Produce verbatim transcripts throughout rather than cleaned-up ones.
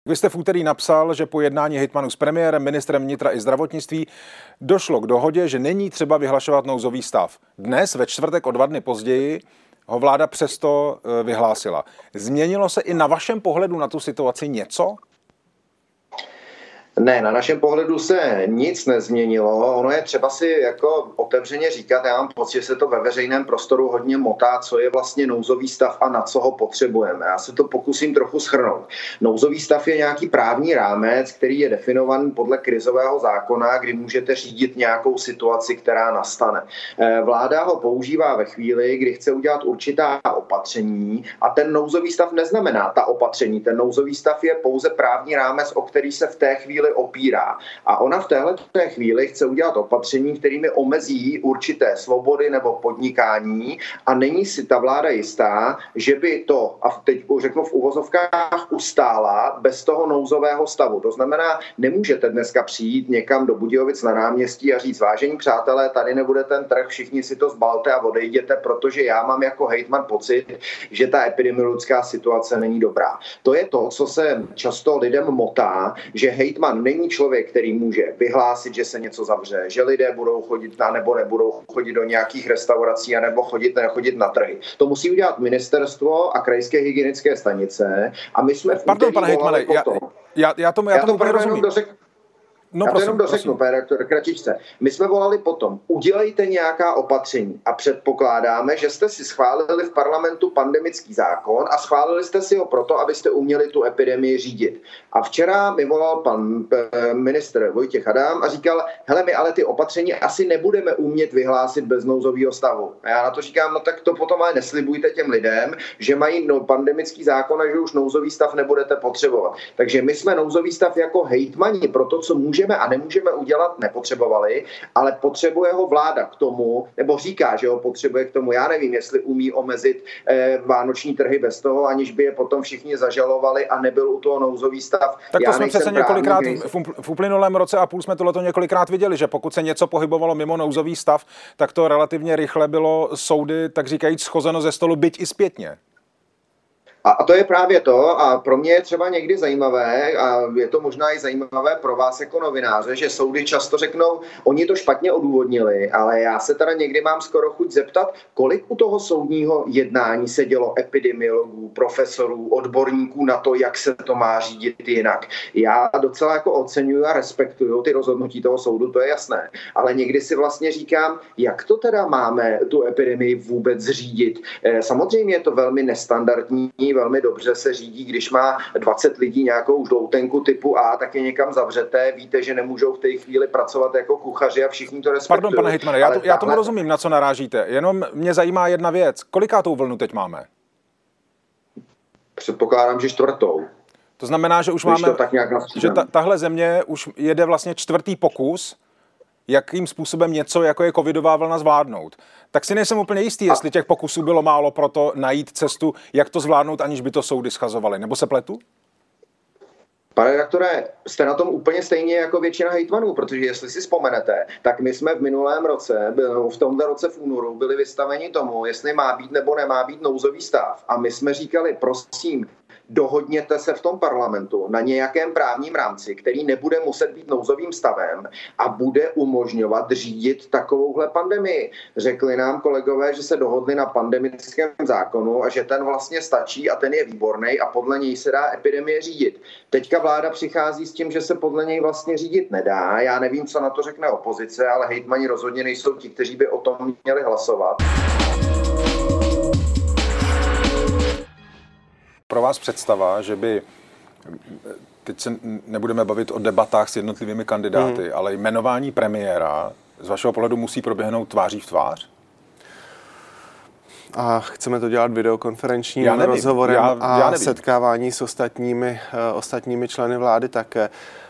Vy jste v úterý napsal, že po jednání hejtmanů s premiérem, ministrem vnitra i zdravotnictví došlo k dohodě, že není třeba vyhlašovat nouzový stav. Dnes, ve čtvrtek o dva dny později, ho vláda přesto vyhlásila. Změnilo se i na vašem pohledu na tu situaci něco? Ne, na našem pohledu se nic nezměnilo. Ono je třeba si jako otevřeně říkat, já mám pocit, že se to ve veřejném prostoru hodně motá, co je vlastně nouzový stav a na co ho potřebujeme. Já se to pokusím trochu shrnout. Nouzový stav je nějaký právní rámec, který je definovaný podle krizového zákona, kdy můžete řídit nějakou situaci, která nastane. Vláda ho používá ve chvíli, kdy chce udělat určitá opatření a ten nouzový stav neznamená ta opatření. Ten nouzový stav je pouze právní rámec, o který se v té chvíli opírá. A ona v téhle té chvíli chce udělat opatření, kterými omezí určité svobody nebo podnikání a není si ta vláda jistá, že by to, a teď řeknu v uvozovkách, ustála bez toho nouzového stavu. To znamená, nemůžete dneska přijít někam do Budějovic na náměstí a říct, vážení přátelé, tady nebude ten trh, všichni si to zbalte a odejděte, protože já mám jako hejtman pocit, že ta epidemiologická situace není dobrá. To je to, co se často lidem motá, že hejtman není člověk, který může vyhlásit, že se něco zavře, že lidé budou chodit na nebo nebudou chodit do nějakých restaurací a nebo chodit, nechodit na trhy. To musí udělat ministerstvo a krajské hygienické stanice a my jsme v Pardon, pane hejtmane, já, já, já tomu, já já tomu to rozumím. No, já prosím, to jenom dořeknu, pane redaktore, kratičce. My jsme volali potom, udělejte nějaká opatření a předpokládáme, že jste si schválili v parlamentu pandemický zákon a schválili jste si ho proto, abyste uměli tu epidemii řídit. A včera mi volal pan ministr Vojtěch Adam a říkal, hele, my ale ty opatření asi nebudeme umět vyhlásit bez nouzového stavu. A já na to říkám, no tak to potom ale neslibujte těm lidem, že mají no, pandemický zákon a že už nouzový stav nebudete potřebovat. Takže my jsme nouzový stav jako hejtmani pro to, co může můžeme a nemůžeme udělat, nepotřebovali, ale potřebuje ho vláda k tomu, nebo říká, že ho potřebuje k tomu. Já nevím, jestli umí omezit eh, vánoční trhy bez toho, aniž by je potom všichni zažalovali a nebyl u toho nouzový stav. Tak to Já jsme přece několikrát, v uplynulém roce a půl jsme tohleto několikrát viděli, že pokud se něco pohybovalo mimo nouzový stav, tak to relativně rychle bylo soudy, tak říkajíc, schozeno ze stolu, byť i zpětně. A to je právě to a pro mě je třeba někdy zajímavé a je to možná i zajímavé pro vás jako novináře, že soudy často řeknou, oni to špatně odůvodnili, ale já se teda někdy mám skoro chuť zeptat, kolik u toho soudního jednání se dělo epidemiologů, profesorů, odborníků na to, jak se to má řídit jinak. Já docela jako oceňuju a respektuju ty rozhodnutí toho soudu, to je jasné, ale někdy si vlastně říkám, jak to teda máme tu epidemii vůbec řídit. Samozřejmě je to velmi nestandardní, velmi dobře se řídí, když má dvacet lidí nějakou žloutenku typu A, tak je někam zavřete, víte, že nemůžou v té chvíli pracovat jako kuchaři a všichni to respektují. Pardon, pane hejtmane, já, to, já tomu rozumím, na co narážíte. Jenom mě zajímá jedna věc. Kolikátou vlnu teď máme? Předpokládám, že čtvrtou. To znamená, že už když máme, že ta, tahle země už jede vlastně čtvrtý pokus, jakým způsobem něco, jako je covidová vlna, zvládnout. Tak si nejsem úplně jistý, jestli těch pokusů bylo málo pro to najít cestu, jak to zvládnout, aniž by to soudy schazovaly. Nebo se pletu? Pane redaktore, jste na tom úplně stejně jako většina hejtmanů, protože jestli si vzpomenete, tak my jsme v minulém roce, v tomhle roce v únoru, byli vystaveni tomu, jestli má být nebo nemá být nouzový stav. A my jsme říkali, prosím, dohodněte se v tom parlamentu na nějakém právním rámci, který nebude muset být nouzovým stavem a bude umožňovat řídit takovouhle pandemii. Řekli nám kolegové, že se dohodli na pandemickém zákonu a že ten vlastně stačí a ten je výborný a podle něj se dá epidemie řídit. Teďka vláda přichází s tím, že se podle něj vlastně řídit nedá. Já nevím, co na to řekne opozice, ale hejtmani rozhodně nejsou ti, kteří by o tom měli hlasovat. Pro vás představa, že by, teď se nebudeme bavit o debatách s jednotlivými kandidáty, mm. ale jmenování premiéra z vašeho pohledu musí proběhnout tváří v tvář? A chceme to dělat videokonferenčním rozhovorem já, já a setkávání s ostatními, ostatními členy vlády také.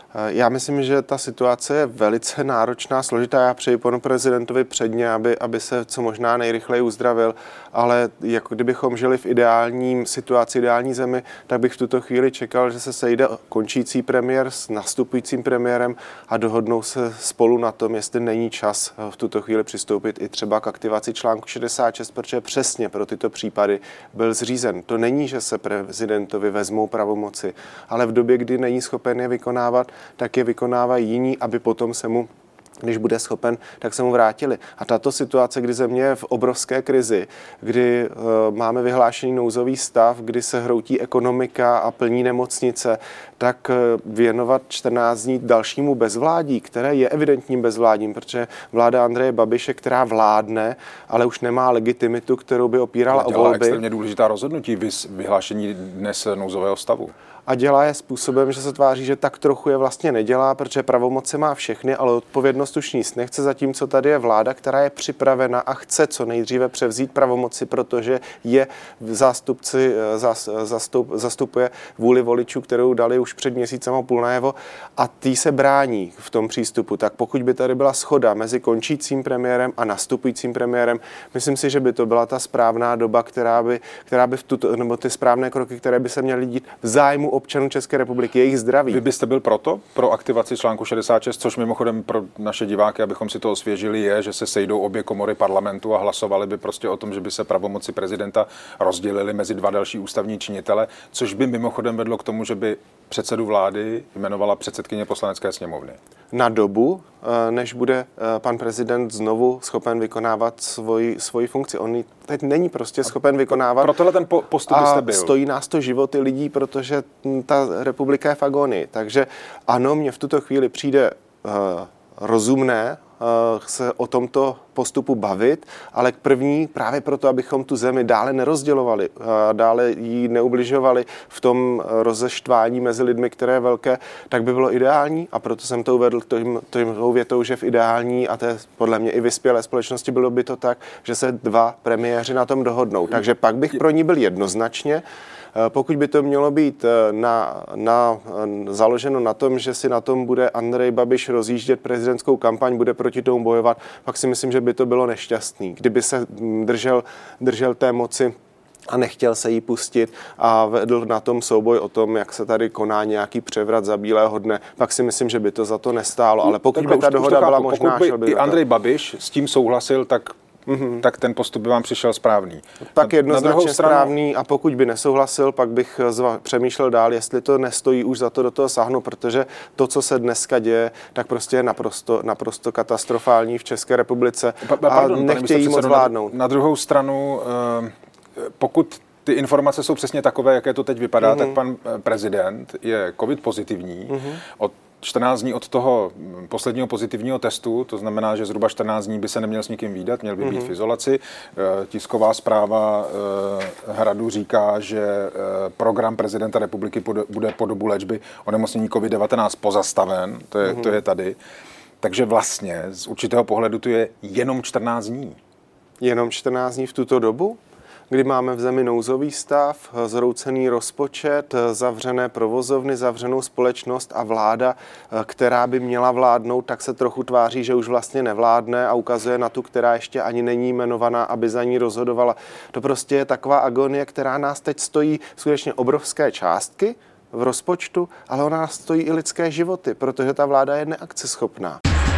Já myslím, že ta situace je velice náročná, složitá. Já přeji panu prezidentovi předně, aby, aby se co možná nejrychleji uzdravil, ale jako kdybychom žili v ideálním situaci, ideální zemi, tak bych v tuto chvíli čekal, že se sejde končící premiér s nastupujícím premiérem a dohodnou se spolu na tom, jestli není čas v tuto chvíli přistoupit i třeba k aktivaci článku šedesát šest, protože přesně pro tyto případy byl zřízen. To není, že se prezidentovi vezmou pravomoci, ale v době, kdy není schopen je vykonávat, tak je vykonávají jiní, aby potom se mu, když bude schopen, tak se mu vrátili. A tato situace, kdy země je v obrovské krizi, kdy uh, máme vyhlášený nouzový stav, kdy se hroutí ekonomika a plní nemocnice, tak uh, věnovat čtrnáct dní dalšímu bezvládí, které je evidentním bezvládím, protože vláda Andreje Babiše, která vládne, ale už nemá legitimitu, kterou by opírala o volby. Extrémně důležitá rozhodnutí vyhlášení dnes nouzového stavu. A dělá je způsobem, že se tváří, že tak trochu je vlastně nedělá, protože pravomoci má všechny, ale odpovědnost už nic nechce, zatímco tady je vláda, která je připravena a chce co nejdříve převzít pravomoci, protože je zástupci, zastup, zastupuje vůli voličů, kterou dali už před měsícem a půl najevo, a tý se brání v tom přístupu. Tak pokud by tady byla shoda mezi končícím premiérem a nastupujícím premiérem, myslím si, že by to byla ta správná doba, která by, která by v tuto, nebo ty správné kroky, které by se měly dít v zájmu občanů České republiky, jejich zdraví. Vy byste byl proto, pro aktivaci článku šedesát šest, což mimochodem pro naše diváky, abychom si to osvěžili, je, že se sejdou obě komory parlamentu a hlasovali by prostě o tom, že by se pravomoci prezidenta rozdělily mezi dva další ústavní činitele, což by mimochodem vedlo k tomu, že by předsedu vlády jmenovala předsedkyně Poslanecké sněmovny. Na dobu, než bude pan prezident znovu schopen vykonávat svoji, svoji funkci. On teď není prostě schopen vykonávat. Pro tohle ten postup byste byl. A stojí nás to životy lidí, protože ta republika je v agonii. Takže ano, mně v tuto chvíli přijde uh, rozumné se o tomto postupu bavit, ale k první právě proto, abychom tu zemi dále nerozdělovali, dále jí neubližovali v tom rozeštvání mezi lidmi, které je velké, tak by bylo ideální, a proto jsem to uvedl tou větou, že v ideální, a to je podle mě i vyspělé společnosti, bylo by to tak, že se dva premiéři na tom dohodnou. Takže pak bych pro ní byl jednoznačně. Pokud by to mělo být na, na, založeno na tom, že si na tom bude Andrej Babiš rozjíždět prezidentskou kampaň, bude proti tomu bojovat, pak si myslím, že by to bylo nešťastný. Kdyby se držel, držel té moci a nechtěl se jí pustit a vedl na tom souboj o tom, jak se tady koná nějaký převrat za bílého dne, pak si myslím, že by to za to nestálo. Ale pokud Takhle, by ta už, dohoda už byla chápu, možná... Pokud by by i Andrej Babiš s tím souhlasil, tak Mm-hmm. tak ten postup by vám přišel správný. Tak jednoznačně stranu... správný, a pokud by nesouhlasil, pak bych zva- přemýšlel dál, jestli to nestojí už za to do toho sáhnout, protože to, co se dneska děje, tak prostě je naprosto, naprosto katastrofální v České republice pa, pa, pardon, a nechtějí moc vládnout. Na, na druhou stranu, pokud ty informace jsou přesně takové, jaké to teď vypadá, mm-hmm. tak pan prezident je covid pozitivní. Mm-hmm. Od čtrnáct dní od toho posledního pozitivního testu, to znamená, že zhruba čtrnáct dní by se neměl s nikým vídat, měl by být mm-hmm. v izolaci. Tisková zpráva Hradu říká, že program prezidenta republiky bude po dobu léčby onemocnění covid devatenáct pozastaven, to je, mm-hmm. to je tady. Takže vlastně z určitého pohledu to je jenom čtrnáct dní. Jenom čtrnáct dní v tuto dobu? Kdy máme v zemi nouzový stav, zhroucený rozpočet, zavřené provozovny, zavřenou společnost a vláda, která by měla vládnout, tak se trochu tváří, že už vlastně nevládne a ukazuje na tu, která ještě ani není jmenovaná, aby za ní rozhodovala. To prostě je taková agonie, která nás teď stojí skutečně obrovské částky v rozpočtu, ale ona nás stojí i lidské životy, protože ta vláda je neakceschopná.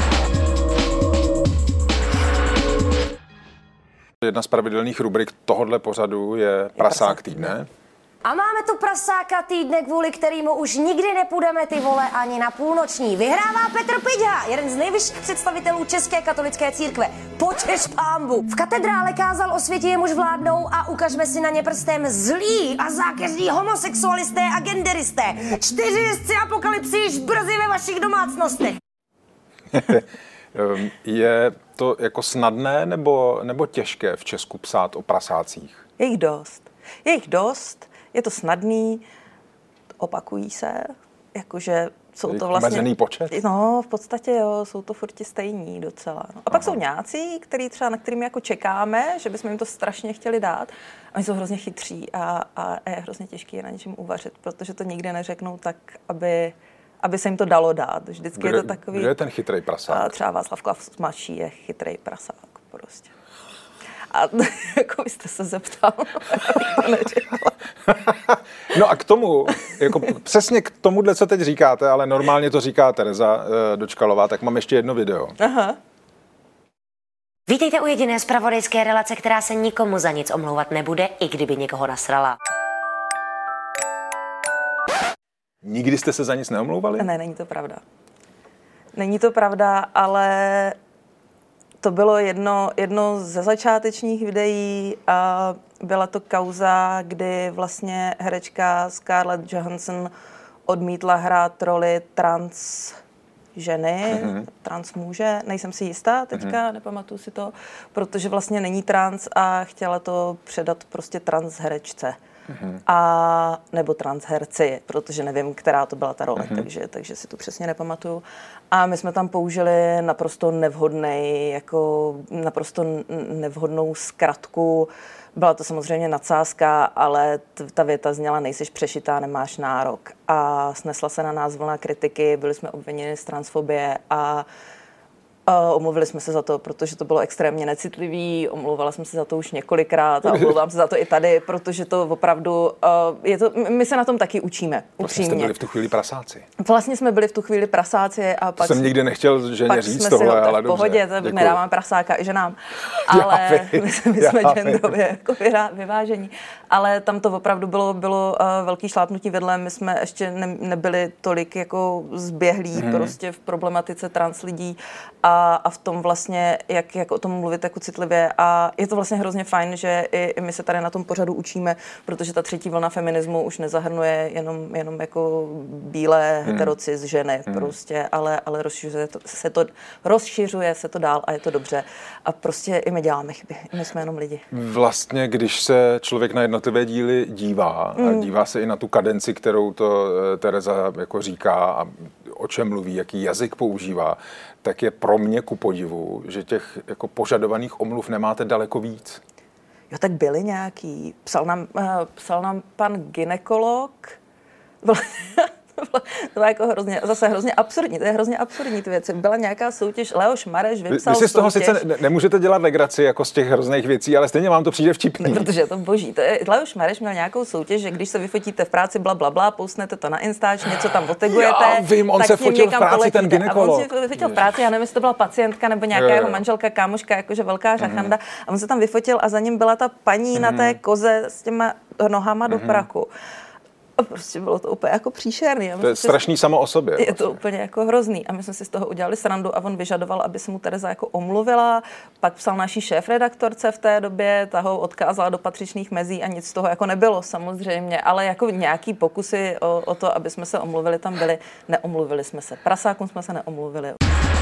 Jedna z pravidelných rubrik tohodle pořadu je Prasák týdne. A máme tu prasáka týdne, kvůli kterému už nikdy nepůjdeme, ty vole, ani na půlnoční. Vyhrává Petr Piďha, jeden z nejvyšších představitelů České katolické církve. Počeš pánbu. V katedrále kázal o světě, jemuž vládnou, a ukažme si na ně prstem zlí a zákeřní homosexualisté a genderisté. Čtyři jezdci apokalypsy již brzy ve vašich domácnostech. Je to jako snadné nebo, nebo těžké v Česku psát o prasácích? Je jich dost. Je jich dost, je to snadný, opakují se, jakože jsou to vlastně... Omezený počet? No, v podstatě jo, jsou to furt ti stejní docela. No. A pak Aha. jsou nějací, který třeba, na kterými jako čekáme, že bychom jim to strašně chtěli dát. A oni jsou hrozně chytří a, a je hrozně těžké je na něčem uvařit, protože to nikdy neřeknou tak, aby... aby se jim to dalo dát. Vždycky Kdo, je to takový... Kdo je ten chytrý prasák? Třeba Václav Klaus mladší je chytrý prasák prostě. A jako byste se zeptal, to neřekla. No a k tomu, jako přesně k tomuhle, co teď říkáte, ale normálně to říká Tereza uh, Dočkalová, tak mám ještě jedno video. Aha. Vítejte u jediné zpravodajské relace, která se nikomu za nic omlouvat nebude, i kdyby někoho nasrala. Nikdy jste se za nic neomlouvali? Ne, není to pravda. Není to pravda, ale to bylo jedno, jedno ze začátečních videí a byla to kauza, kdy vlastně herečka Scarlett Johansson odmítla hrát roli trans ženy, mm-hmm. trans muže, nejsem si jistá teďka, mm-hmm. nepamatuju si to, protože vlastně není trans a chtěla to předat prostě trans herečce. Mm-hmm. A nebo trans herci, protože nevím, která to byla ta role, mm-hmm. takže, takže si to přesně nepamatuju. A my jsme tam použili naprosto nevhodnej, jako naprosto nevhodnou zkratku. Byla to samozřejmě nadsázka, ale t- ta věta zněla: nejseš přešitá, nemáš nárok. A snesla se na nás vlna kritiky, byli jsme obviněni z transfobie a Uh, omluvili jsme se za to, protože to bylo extrémně necitlivý, omlouvala jsem se za to už několikrát a omlouvám se za to i tady, protože to opravdu, uh, je to, my se na tom taky učíme, vlastně upřímně. Jste byli v tu chvíli prasáci. Vlastně jsme byli v tu chvíli prasáci a pak... To jsem nikdy nechtěl ženě říct tohle, ale dobře. V pohodě, to nedáváme prasáka i ženám, ale já vím, my, my jsme já genderově jako vyvážení. Ale tam to opravdu bylo, bylo uh, velký šlápnutí vedle, my jsme ještě ne, nebyli tolik jako zběhlí hmm. prostě v problematice trans lidí a, a v tom vlastně, jak, jak o tom mluvit jako citlivě. A je to vlastně hrozně fajn, že i, i my se tady na tom pořadu učíme, protože ta třetí vlna feminismu už nezahrnuje jenom, jenom jako bílé hmm. heterocis ženy hmm. prostě, ale, ale rozšiřuje, to, se to, rozšiřuje se to dál a je to dobře. A prostě i my děláme chyby, my jsme jenom lidi. Vlastně, když se člověk na jednotlivé díly dívá, mm. a dívá se i na tu kadenci, kterou to Tereza jako říká a o čem mluví, jaký jazyk používá, tak je pro mě ku podivu, že těch jako požadovaných omluv nemáte daleko víc. Jo, tak byly nějaký. Psal nám, uh, psal nám pan gynekolog. To bylo jako hrozně, zase hrozně absurdní, to je hrozně absurdní ty věci. Byla nějaká soutěž, Leoš Mareš vypsal Vy si z toho soutěž. sice ne, nemůžete dělat legraci jako z těch hrozných věcí, ale stejně vám to přijde vtipný. Ne, protože je to boží. To je, Leoš Mareš měl nějakou soutěž, že když se vyfotíte v práci bla, bla, bla, postnete to na Instač, něco tam otegujete. Já vím, on tak se fotil v práci poletíte. ten gynekolog. A on se vyfotil v práci, já nevím, jestli to byla pacientka nebo nějaká jo, jo. jeho manželka, kámoška, jakože velká řachanda. Mm-hmm. A on se tam vyfotil a za ním byla ta paní mm-hmm. na té koze s těma nohama mm-hmm. do praku. A prostě bylo to úplně jako příšerný. To je strašný samo o sobě. Je vlastně. to úplně jako hrozný. A my jsme si z toho udělali srandu a on vyžadoval, aby se mu Tereza jako omluvila. Pak psal naší šéfredaktorce v té době, ta ho odkázala do patřičných mezí a nic z toho jako nebylo samozřejmě. Ale jako nějaký pokusy o, o to, aby jsme se omluvili, tam byly. Neomluvili jsme se. Prasákům jsme se neomluvili.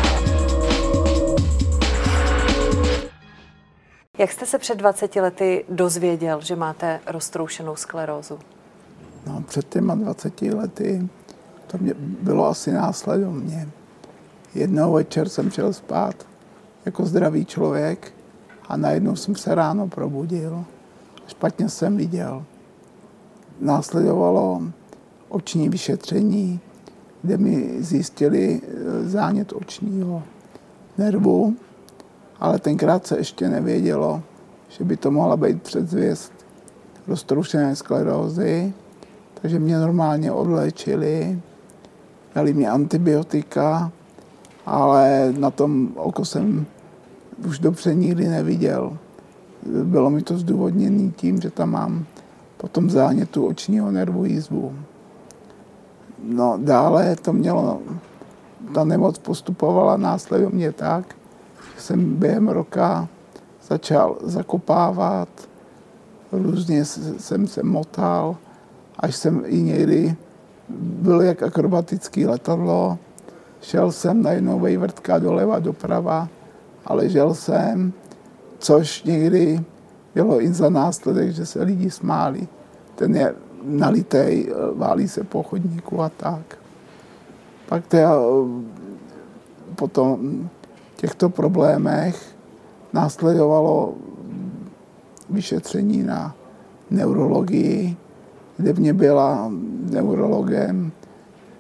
Jak jste se před dvaceti lety dozvěděl, že máte roztroušenou sklerózu? No, před těma dvaceti lety to mě bylo asi následovně. Jednou večer jsem šel spát jako zdravý člověk a najednou jsem se ráno probudil. Špatně jsem viděl. Následovalo oční vyšetření, kde mi zjistili zánět očního nervu, ale tenkrát se ještě nevědělo, že by to mohla být předzvěst roztroušené sklerózy. Takže mě normálně odléčili, dali mě antibiotika, ale na tom oko jsem už dobře nikdy neviděl. Bylo mi to zdůvodněné tím, že tam mám potom zánětu očního nervu jízvu. No dále to mělo, ta nemoc postupovala následovně tak, že jsem během roka začal zakopávat, různě jsem se motal, až jsem i někdy byl jak akrobatický letadlo. Šel jsem najednou vejvrtka doleva, doprava a ležel jsem, což někdy bylo i za následek, že se lidi smáli. Ten je nalitej, válí se po chodníku a tak. Pak teda, po tom těchto problémech následovalo vyšetření na neurologii, kde mě byla neurologem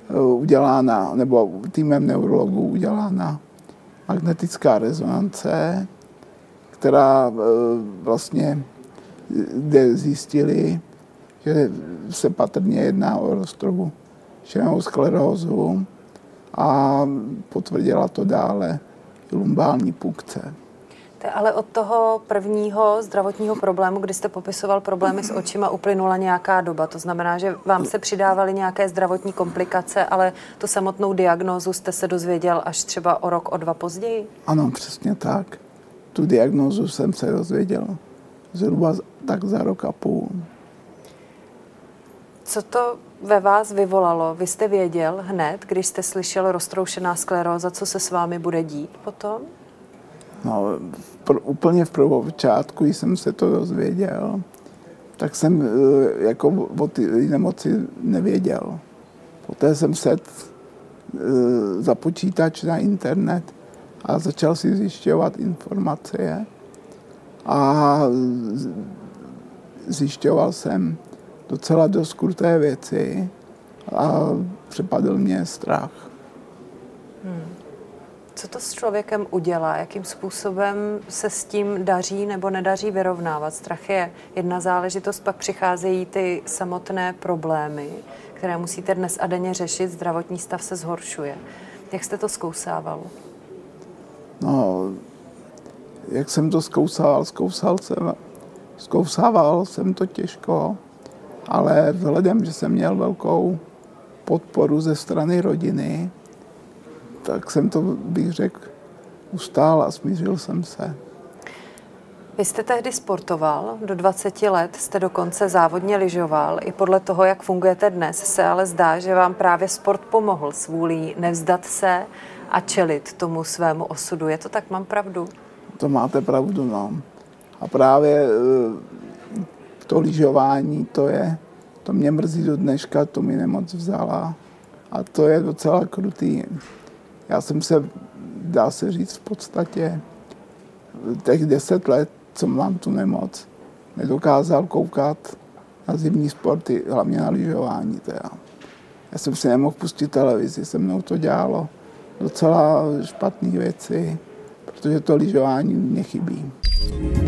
udělána, nebo týmem neurologů udělána magnetická rezonance, která vlastně, kde zjistili, že se patrně jedná o roztroušenou sklerózu a potvrdila to dále lumbální punkce. Ale od toho prvního zdravotního problému, kdy jste popisoval problémy s očima, uplynula nějaká doba. To znamená, že vám se přidávaly nějaké zdravotní komplikace, ale tu samotnou diagnózu jste se dozvěděl až třeba o rok, o dva později? Ano, přesně tak. Tu diagnózu jsem se dozvěděl zhruba tak za rok a půl. Co to ve vás vyvolalo? Vy jste věděl hned, když jste slyšel roztroušená skleróza, co se s vámi bude dít potom? No, pr- úplně v prvopočátku, když jsem se to dozvěděl, tak jsem e, jako o ty nemoci nevěděl. Poté jsem sedl e, za počítač na internet a začal si zjišťovat informace. A zjišťoval jsem docela dost kruté věci a přepadl mě strach. Hmm. Co to s člověkem udělá? Jakým způsobem se s tím daří nebo nedaří vyrovnávat? Strach je jedna záležitost, pak přicházejí ty samotné problémy, které musíte dnes a denně řešit, zdravotní stav se zhoršuje. Jak jste to zkousával? No, jak jsem to zkousával, zkousal jsem, zkousával jsem to těžko, ale vzhledem, že jsem měl velkou podporu ze strany rodiny, tak jsem to, bych řekl, ustál a smířil jsem se. Vy jste tehdy sportoval, do dvaceti let jste dokonce závodně lyžoval. I podle toho, jak fungujete dnes, se ale zdá, že vám právě sport pomohl s vůlí nevzdat se a čelit tomu svému osudu. Je to tak, mám pravdu? To máte pravdu, no. A právě to lyžování, to je, to mě mrzí do dneška, to mi nemoc vzala. A to je docela krutý. Já jsem se, dá se říct, v podstatě těch deset let, co mám tu nemoc, nedokázal koukat na zimní sporty, hlavně na lyžování. Teda. Já jsem si nemohl pustit televizi, se mnou to dělalo docela špatné věci, protože to lyžování mě chybí.